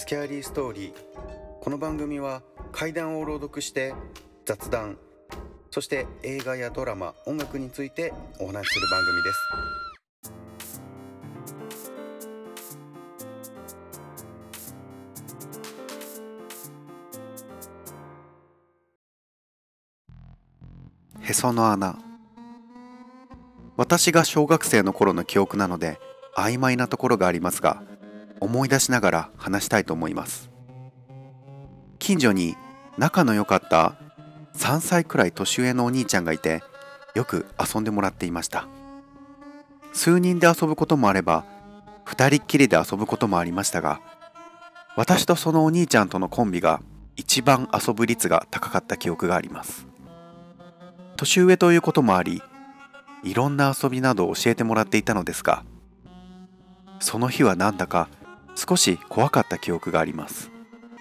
スキャーリーストーリー。この番組は怪談を朗読して雑談、そして映画やドラマ、音楽についてお話しする番組です。へその穴。私が小学生の頃の記憶なので曖昧なところがありますが、思い出しながら話したいと思います。近所に仲の良かった3歳くらい年上のお兄ちゃんがいて、よく遊んでもらっていました。数人で遊ぶこともあれば二人っきりで遊ぶこともありましたが、私とそのお兄ちゃんとのコンビが一番遊ぶ率が高かった記憶があります。年上ということもあり、いろんな遊びなどを教えてもらっていたのですが、その日はなんだか少し怖かった記憶があります。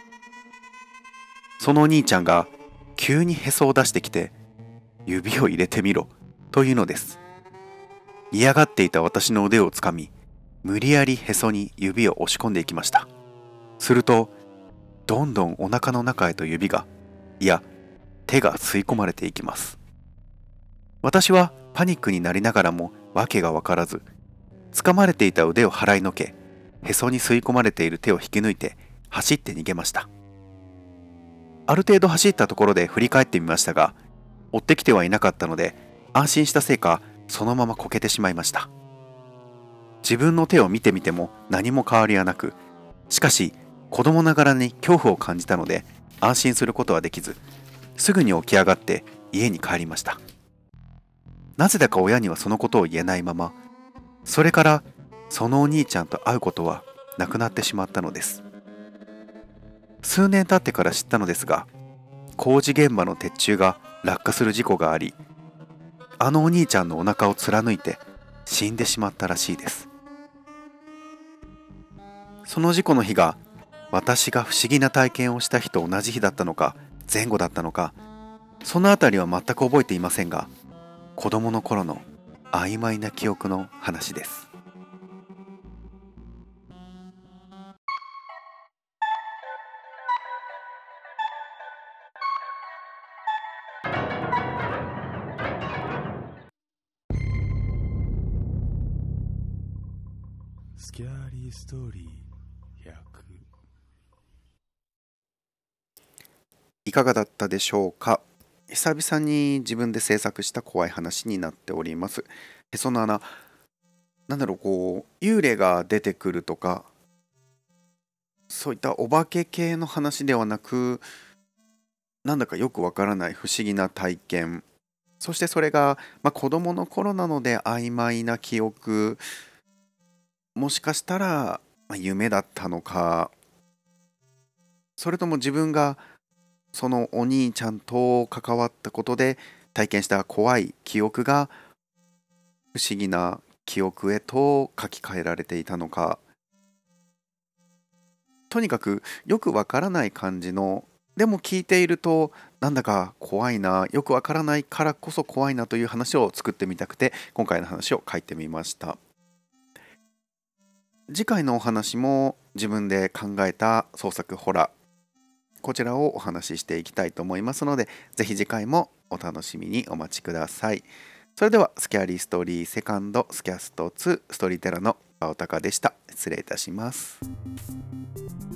そのお兄ちゃんが急にへそを出してきて、指を入れてみろというのです。嫌がっていた私の腕をつかみ、無理やりへそに指を押し込んでいきました。すると、どんどんお腹の中へと指が、いや、手が吸い込まれていきます。私はパニックになりながらも訳が分からず、掴まれていた腕を払いのけ、へそに吸い込まれている手を引き抜いて走って逃げました。ある程度走ったところで振り返ってみましたが、追ってきてはいなかったので、安心したせいかそのままこけてしまいました。自分の手を見てみても何も変わりはなく、しかし子供ながらに恐怖を感じたので安心することはできず、すぐに起き上がって家に帰りました。なぜだか親にはそのことを言えないまま、それからそのお兄ちゃんと会うことはなくなってしまったのです。数年経ってから知ったのですが、工事現場の鉄柱が落下する事故があり、あのお兄ちゃんのお腹を貫いて死んでしまったらしいです。その事故の日が私が不思議な体験をした日と同じ日だったのか前後だったのか、そのあたりは全く覚えていませんが、子供の頃の曖昧な記憶の話です。 スキャーリーストーリー100。 いかがだったでしょうか。久々に自分で制作した怖い話になっております。へその穴、幽霊が出てくるとか、そういったお化け系の話ではなく、なんだかよくわからない不思議な体験、そしてそれが、子供の頃なので曖昧な記憶、もしかしたら、夢だったのか、それとも自分がそのお兄ちゃんと関わったことで体験した怖い記憶が不思議な記憶へと書き換えられていたのか、とにかくよくわからない感じの、でも聞いているとなんだか怖いな、よくわからないからこそ怖いなという話を作ってみたくて、今回の話を書いてみました。次回のお話も自分で考えた創作ホラー、こちらをお話ししていきたいと思いますので、ぜひ次回もお楽しみにお待ちください。それではスキャーリーストーリーセカンドスキャスト2、ストーリーテラーの青高でした。失礼いたします。